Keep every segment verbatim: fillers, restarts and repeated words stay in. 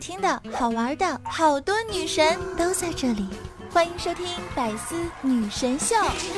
听的好玩的好多女神都在这里，欢迎收听百思女神秀。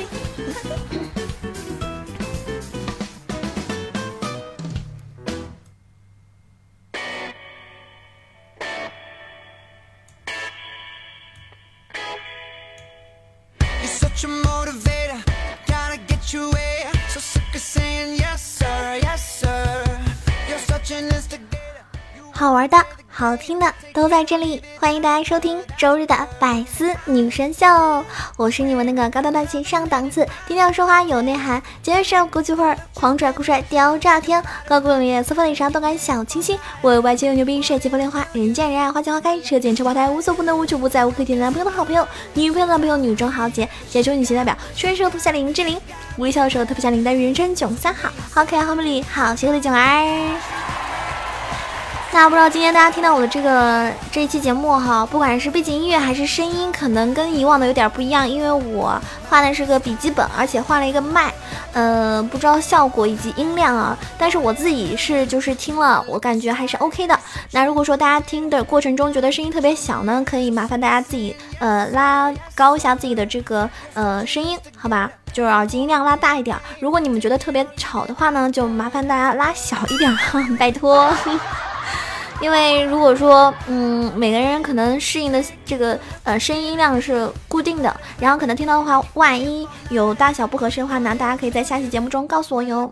好玩的好听的都在这里，欢迎大家收听周日的百思女神秀，我是你们那个高端大气上档次低调奢华有内涵节约时国际范狂拽酷帅屌炸天高贵冷艳四方脸上动感小清新，我外界有牛逼帅气风莲花人见人爱花见花开车见车爆胎无所不能无处不在无可替代男朋友的好朋友女朋友的男朋友女中豪杰解除女性代表虽然说特下林志玲微笑的时候特别下林的人称囧三好好可爱好美丽好邪恶的囧儿。那不知道今天大家听到我的这个这一期节目哈，不管是背景音乐还是声音，可能跟以往的有点不一样，因为我换的是个笔记本，而且换了一个麦，呃，不知道效果以及音量啊，但是我自己是就是听了，我感觉还是 OK 的。那如果说大家听的过程中觉得声音特别小呢，可以麻烦大家自己呃拉高一下自己的这个呃声音，好吧？就是耳机音量拉大一点。如果你们觉得特别吵的话呢，就麻烦大家拉小一点，拜托。因为如果说嗯每个人可能适应的这个呃声音量是固定的，然后可能听到的话万一有大小不合适的话呢，大家可以在下期节目中告诉我哟。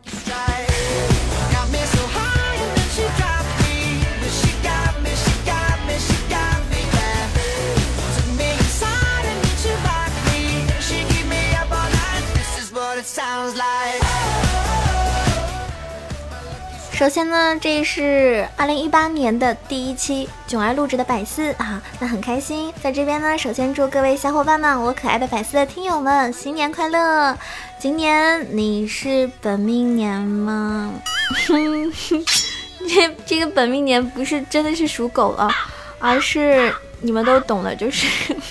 首先呢，这是二零一八年的第一期囧儿录制的百思啊，那很开心。在这边呢，首先祝各位小伙伴们，我可爱的百思的听友们新年快乐！今年你是本命年吗？这这个本命年不是真的是属狗了，而是你们都懂的，就是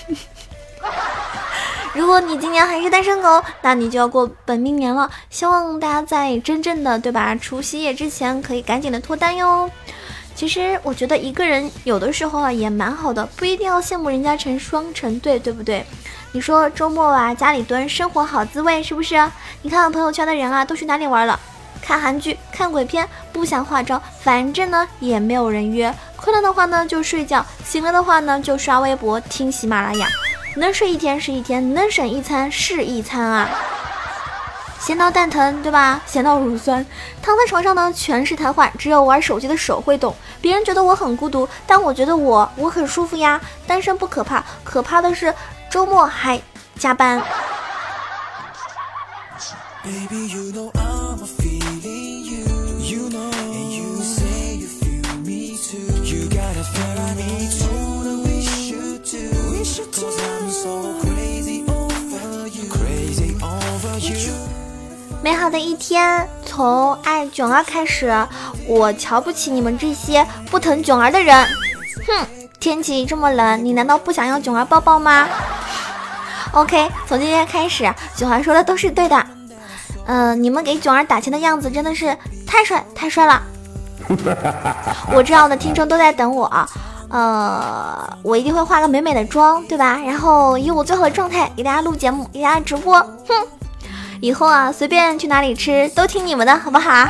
如果你今年还是单身狗，那你就要过本命年了。希望大家在真正的对吧除夕夜之前可以赶紧的脱单哟。其实我觉得一个人有的时候啊也蛮好的，不一定要羡慕人家成双成对，对不对？你说周末啊家里蹲生活好滋味是不是？你看朋友圈的人啊都去哪里玩了？看韩剧看鬼片，不想化妆，反正呢也没有人约，困了的话呢就睡觉，醒了的话呢就刷微博听喜马拉雅，能睡一天是一天，能省一餐是一餐啊。闲到蛋疼对吧，闲到乳酸，躺在床上呢全是瘫痪，只有玩手机的手会动。别人觉得我很孤独，但我觉得我我很舒服呀。单身不可怕，可怕的是周末还加班。Baby, you know I'm a feeling you, you know, and you say you feel me too. You gotta feel me too, we should do, we should do. Cause I'm so crazy over you, crazy over you. 美好的一天，从爱囧儿开始，我瞧不起你们这些不疼囧儿的人。哼，天气这么冷，你难道不想要囧儿抱抱吗 ？OK， 从今天开始，囧儿说的都是对的。嗯、呃，你们给囧儿打钱的样子真的是太帅太帅了。我知道我的听众都在等我，呃，我一定会化个美美的妆，对吧？然后以我最好的状态给大家录节目，给大家直播。哼，以后啊，随便去哪里吃都听你们的，好不好？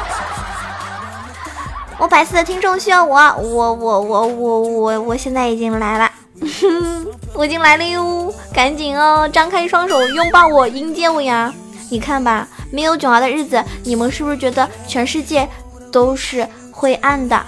我百思的听众需要我，我我我我我我现在已经来了，我已经来了哟！赶紧哦，张开双手拥抱我，迎接我呀！你看吧，没有囧儿的日子，你们是不是觉得全世界都是灰暗的？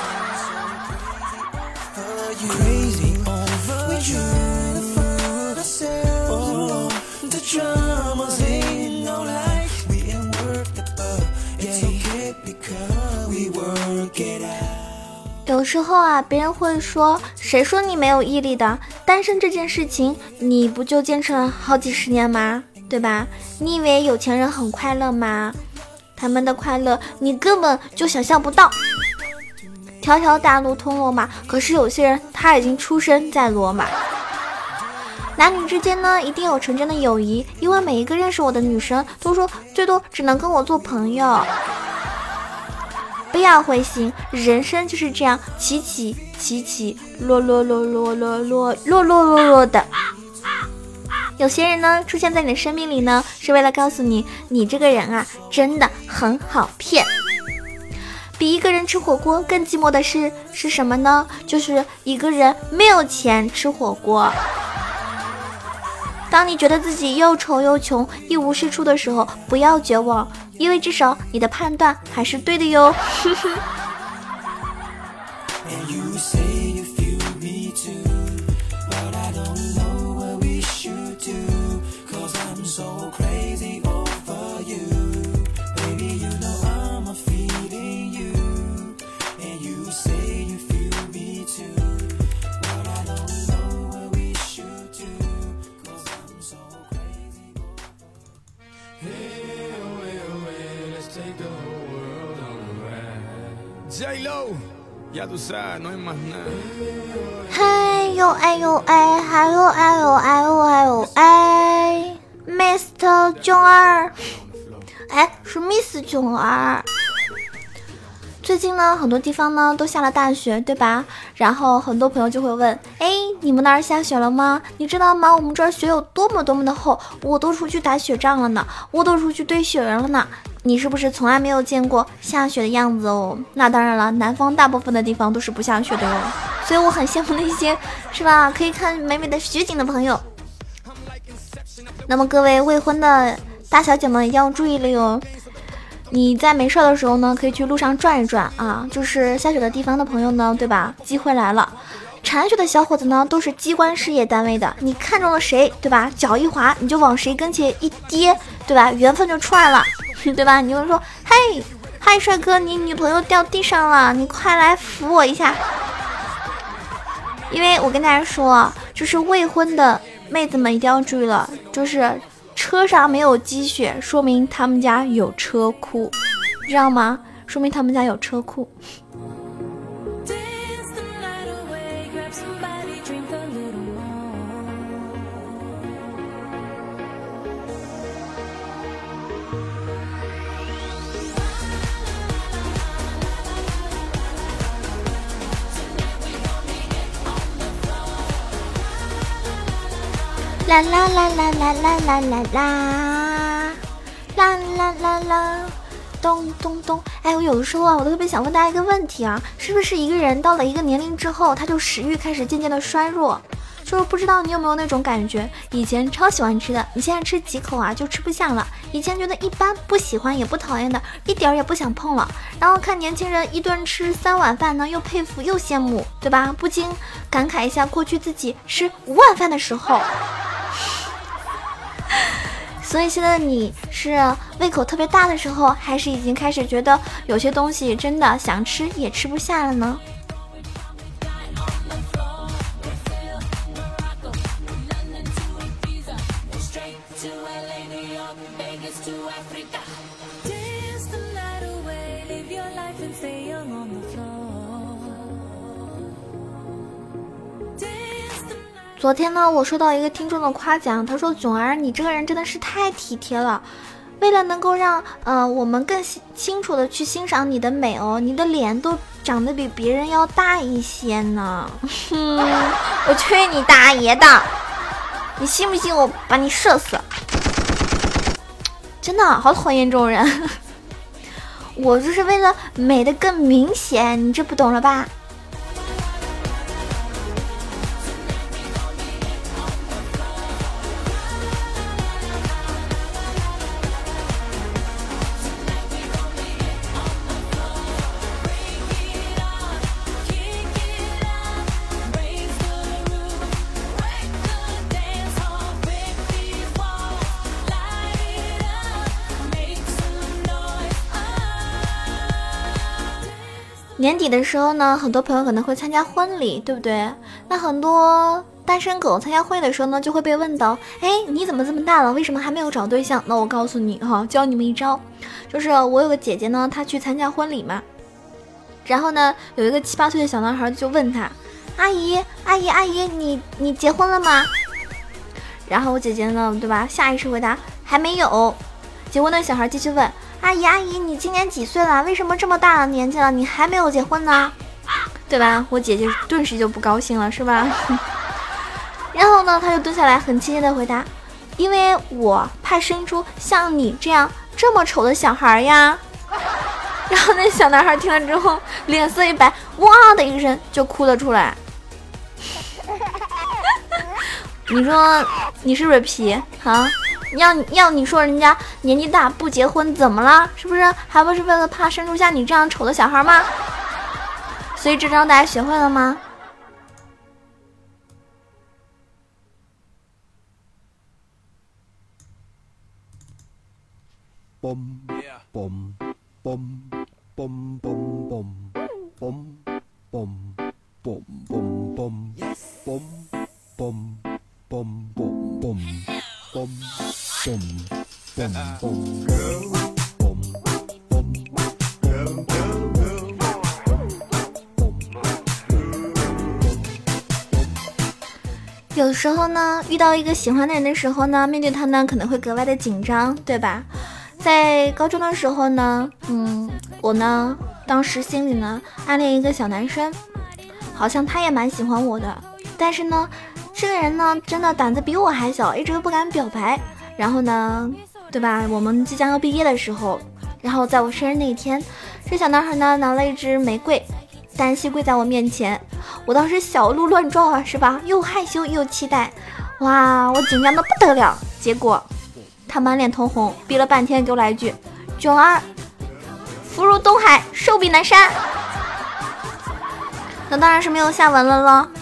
有时候啊，别人会说，谁说你没有毅力的？单身这件事情，你不就坚持了好几十年吗？对吧？你以为有钱人很快乐吗？他们的快乐你根本就想象不到。条条大路通罗马，可是有些人他已经出生在罗马。男女之间呢，一定有纯真的友谊，因为每一个认识我的女生都说最多只能跟我做朋友。 不要灰心，人生就是这样起起起起落落落落落落落落落落的。有些人呢出现在你的生命里呢，是为了告诉你，你这个人啊真的很好骗。比一个人吃火锅更寂寞的是是什么呢？就是一个人没有钱吃火锅。当你觉得自己又丑又穷一无是处的时候，不要绝望，因为至少你的判断还是对的哟。嗨呦哎呦哎，还有哎呦哎呦哎呦哎 ，Mister 囧儿，哎，是 Miss 囧儿。最近呢，很多地方呢都下了大雪，对吧？然后很多朋友就会问，哎，你们那儿下雪了吗？你知道吗？我们这儿雪有多么多么的厚，我都出去打雪仗了呢，我都出去堆雪人了呢。你是不是从来没有见过下雪的样子哦？那当然了，南方大部分的地方都是不下雪的哟。所以我很羡慕那些是吧，可以看美美的雪景的朋友。那么各位未婚的大小姐们一定要注意了哟。你在没事的时候呢，可以去路上转一转啊，就是下雪的地方的朋友呢，对吧？机会来了，铲雪的小伙子呢，都是机关事业单位的，你看中了谁，对吧？脚一滑，你就往谁跟前一跌，对吧？缘分就出来了，对吧？你就说，嘿，嗨，帅哥，你女朋友掉地上了，你快来扶我一下。因为我跟大家说，就是未婚的妹子们一定要注意了，就是车上没有积雪，说明他们家有车库，知道吗？说明他们家有车库。啦啦啦啦啦啦啦啦啦啦啦啦啦，咚咚咚！哎，我有的时候啊，我都特别想问大家一个问题啊，是不是一个人到了一个年龄之后，他就食欲开始渐渐的衰弱？就是不知道你有没有那种感觉，以前超喜欢吃的，你现在吃几口啊就吃不下了；以前觉得一般，不喜欢也不讨厌的，一点也不想碰了。然后看年轻人一顿吃三碗饭呢，又佩服又羡慕，对吧？不禁感慨一下过去自己吃五碗饭的时候。所以现在你是胃口特别大的时候，还是已经开始觉得有些东西真的想吃也吃不下了呢？昨天呢，我收到一个听众的夸奖，他说：“囧儿，你这个人真的是太体贴了。为了能够让呃我们更清楚的去欣赏你的美哦，你的脸都长得比别人要大一些呢。”哼，我去你大爷的！你信不信我把你射死？真的好讨厌这种人。我就是为了美的更明显，你这不懂了吧？年底的时候呢，很多朋友可能会参加婚礼，对不对？那很多单身狗参加婚礼的时候呢，就会被问到，哎，你怎么这么大了，为什么还没有找对象？那我告诉你哈，教你们一招，就是我有个姐姐呢，她去参加婚礼嘛，然后呢，有一个七八岁的小男孩就问她，阿姨，阿姨，阿姨，你你结婚了吗？然后我姐姐呢，对吧，下意识回答还没有。结婚的小孩继续问， 阿姨阿姨，你今年几岁了？为什么这么大的年纪了，你还没有结婚呢？对吧？我姐姐顿时就不高兴了，是吧？然后呢，她就蹲下来，很亲切的回答：因为我怕生出像你这样这么丑的小孩呀。然后那小男孩听了之后，脸色一白，哇的一声就哭了出来。你说你是不是皮啊？要要你说人家年纪大不结婚怎么了？是不是还不是为了怕生出像你这样丑的小孩吗？所以这招大家学会了吗？嘣嘣嘣嘣嘣嘣嘣嘣嘣嘣嘣嘣嘣嘣嘣嘣。Boom, boom, boom, boom, girl. Boom, boom, girl, girl, girl. Boom, girl. 有时候呢，遇到一个喜欢的人的时候呢，面对他呢，可能会格外的紧张，对吧？在高中的时候呢，嗯，我呢，当时心里呢，暗恋一个小男生，好像他也蛮喜欢我的，但是呢。这个人呢，真的胆子比我还小，一直都不敢表白。然后呢，对吧？我们即将要毕业的时候，然后在我生日那一天，这小男孩呢拿了一支玫瑰，单膝跪在我面前。我当时小鹿乱撞啊，是吧？又害羞又期待，哇，我紧张的不得了。结果他满脸通红，逼了半天给我来一句：“囧儿，福如东海，寿比南山。”那当然是没有下文了咯。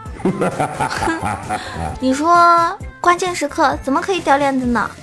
你说关键时刻怎么可以掉链子呢？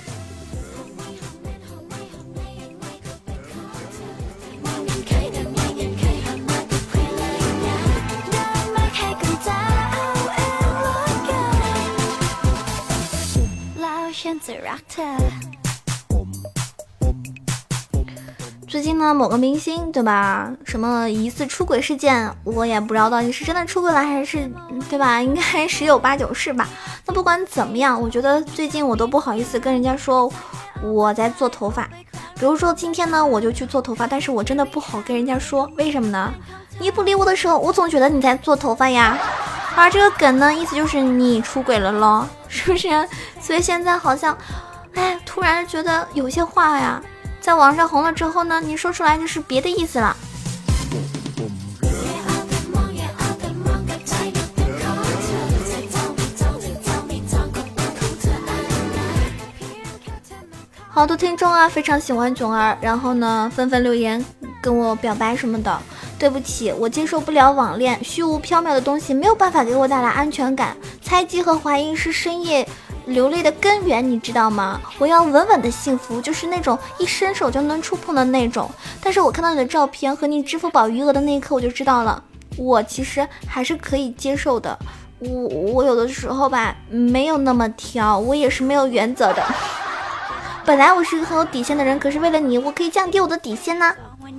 最近呢，某个明星对吧，什么疑似出轨事件，我也不知道到底是真的出轨了还是对吧，应该十有八九是吧。那不管怎么样，我觉得最近我都不好意思跟人家说我在做头发。比如说今天呢我就去做头发，但是我真的不好跟人家说，为什么呢？你不理我的时候，我总觉得你在做头发呀。而这个梗呢，意思就是你出轨了咯，是不是？所以现在好像哎，突然觉得有些话呀在网上红了之后呢，你说出来就是别的意思了。好多听众啊非常喜欢囧儿，然后呢纷纷留言跟我表白什么的。对不起，我接受不了网恋，虚无缥缈的东西没有办法给我带来安全感，猜忌和怀疑是深夜流泪的根源，你知道吗？我要稳稳的幸福，就是那种一伸手就能触碰的那种。但是我看到你的照片和你支付宝余额的那一刻，我就知道了，我其实还是可以接受的。我我有的时候吧没有那么挑，我也是没有原则的。本来我是一个很有底线的人，可是为了你，我可以降低我的底线呢。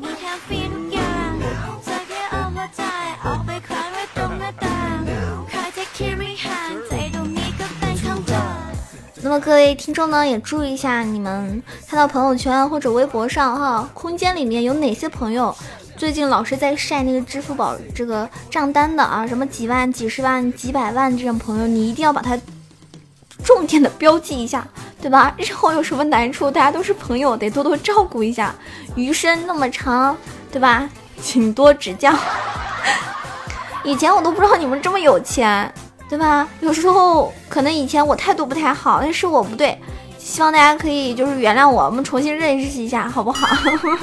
那么各位听众呢，也注意一下，你们看到朋友圈或者微博上哈，空间里面有哪些朋友最近老是在晒那个支付宝这个账单的啊，什么几万、几十万、几百万这种朋友，你一定要把它重点的标记一下，对吧？日后有什么难处，大家都是朋友，得多多照顾一下。余生那么长，对吧？请多指教。以前我都不知道你们这么有钱，对吧？有时候可能以前我态度不太好，但是我不对，希望大家可以就是原谅我，我们重新认识一下，好不好？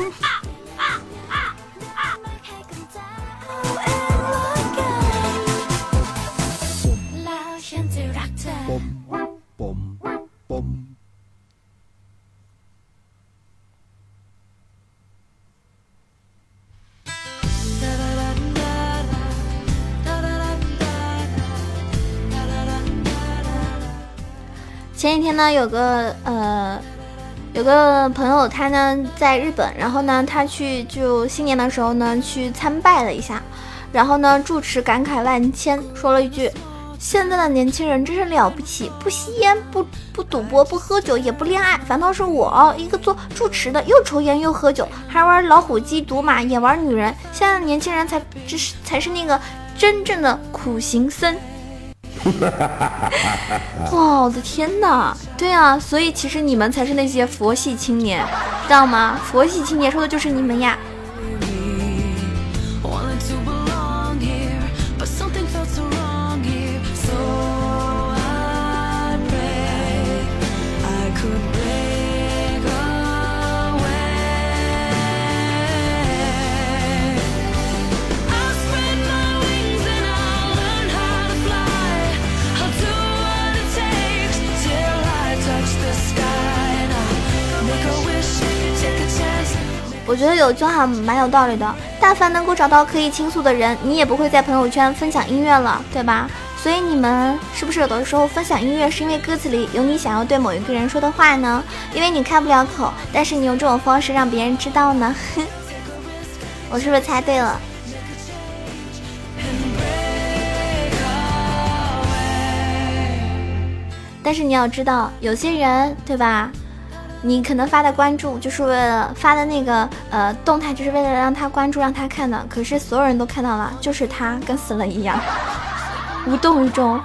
前几天呢，有个呃，有个朋友，他呢在日本，然后呢，他去就新年的时候呢去参拜了一下，然后呢住持感慨万千，说了一句：“ 现在的年轻人真是了不起，不吸烟，不不赌博，不喝酒，也不恋爱，反倒是我一个做主持的，又抽烟又喝酒，还玩老虎机、赌马，也玩女人。现在的年轻人才这是才是那个真正的苦行僧。哇，我的天哪！对啊，所以其实你们才是那些佛系青年，知道吗？佛系青年说的就是你们呀。我觉得有句话蛮有道理的，但凡能够找到可以倾诉的人，你也不会在朋友圈分享音乐了，对吧？所以你们是不是有的时候分享音乐是因为歌词里有你想要对某一个人说的话呢？因为你开不了口，但是你用这种方式让别人知道呢？我是不是猜对了？但是你要知道，有些人，对吧？你可能发的关注就是为了发的那个呃动态，就是为了让他关注让他看的，可是所有人都看到了，就是他跟死了一样无动于衷。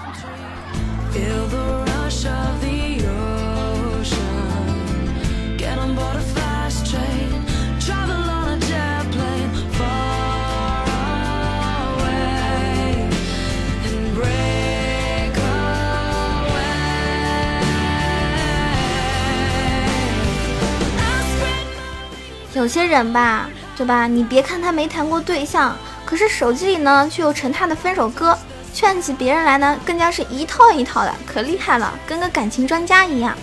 有些人吧，对吧？你别看他没谈过对象，可是手机里呢却有成他的分手歌，劝起别人来呢更加是一套一套的，可厉害了，跟个感情专家一样。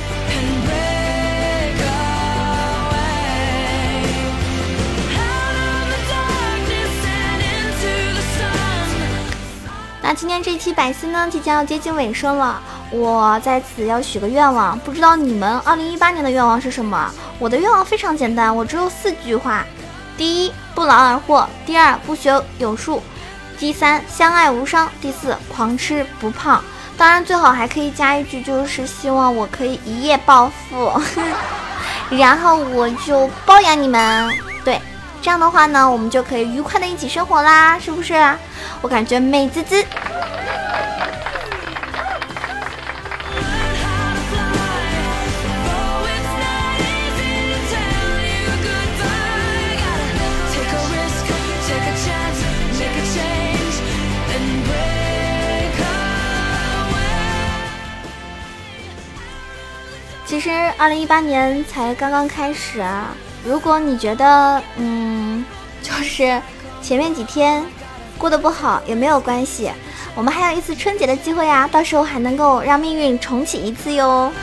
那今天这期百思呢即将要接近尾声了，我在此要许个愿望，不知道你们二零一八年的愿望是什么？我的愿望非常简单，我只有四句话：第一，不劳而获；第二，不学有术；第三，相爱无伤；第四，狂吃不胖。当然最好还可以加一句，就是希望我可以一夜暴富然后我就包养你们。对，这样的话呢，我们就可以愉快的一起生活啦，是不是？我感觉美滋滋。其实二零一八年才刚刚开始啊，如果你觉得嗯就是前面几天过得不好也没有关系，我们还有一次春节的机会啊，到时候还能够让命运重启一次哟。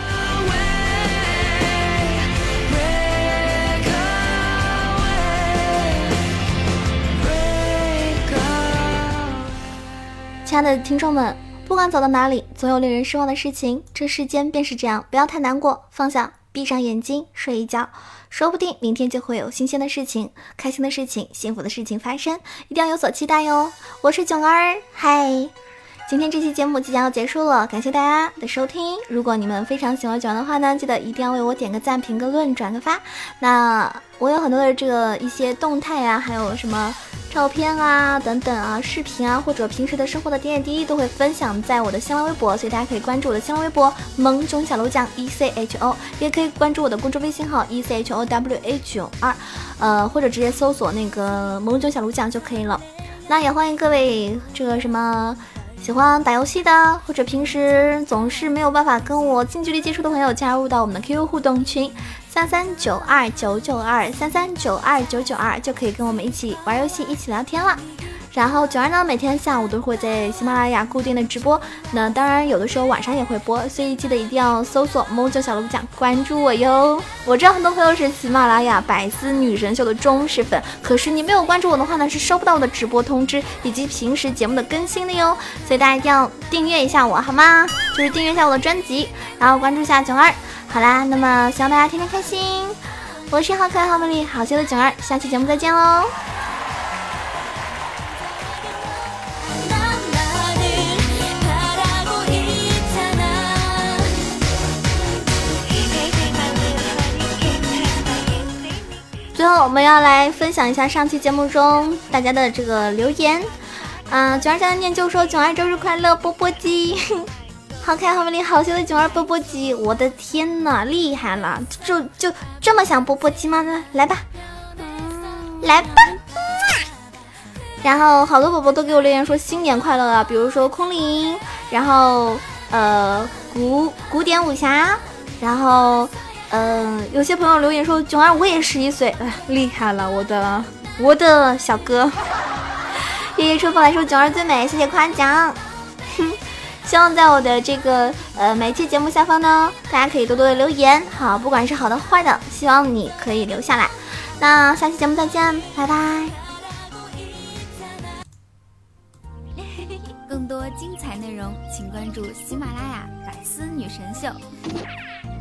亲爱的听众们，不管走到哪里，总有令人失望的事情，这世间便是这样，不要太难过，放下，闭上眼睛睡一觉，说不定明天就会有新鲜的事情、开心的事情、幸福的事情发生，一定要有所期待哟。我是囧儿，嗨，今天这期节目即将要结束了，感谢大家的收听。如果你们非常喜欢囧儿的话呢，记得一定要为我点个赞、评个论、转个发。那我有很多的这个一些动态啊，还有什么照片啊等等啊，视频啊，或者平时的生活的点点滴滴都会分享在我的新浪微博，所以大家可以关注我的新浪微博萌囧小楼酱 E C H O， 也可以关注我的公众微信号 E C H O W A 九二，呃，或者直接搜索那个萌囧小楼酱就可以了。那也欢迎各位这个什么喜欢打游戏的，或者平时总是没有办法跟我近距离接触的朋友，加入到我们的 Q Q 互动群三三九二九九二三三九二九九二，就可以跟我们一起玩游戏，一起聊天了。然后九儿呢，每天下午都会在喜马拉雅固定的直播，那当然有的时候晚上也会播，所以记得一定要搜索萌囧小楼酱关注我哟。我知道很多朋友是喜马拉雅百思女神秀的忠实粉，可是你没有关注我的话呢，是收不到我的直播通知以及平时节目的更新的哟。所以大家一定要订阅一下我好吗？就是订阅一下我的专辑，然后关注一下囧儿。好啦，那么希望大家天天开心，我是好可爱好美丽好笑的囧儿，下期节目再见喽。 我们要来分享一下上期节目中大家的这个留言。嗯、呃，囧儿家的念就说囧儿周日快乐，波波鸡。好看好美丽好秀的囧儿波波鸡，我的天哪，厉害了！就就这么想波波鸡吗？来吧，来吧。然后好多宝宝都给我留言说新年快乐啊，比如说空灵，然后呃古古典武侠，然后呃有些朋友留言说囧儿我也十一岁，呃，厉害了，我的我的小哥。夜夜春风来说囧儿最美，谢谢夸奖。希望在我的这个呃每期节目下方呢，大家可以多多的留言，好，不管是好的坏的，希望你可以留下来。那下期节目再见，拜拜。 更多精彩内容，请关注喜马拉雅百思女神秀。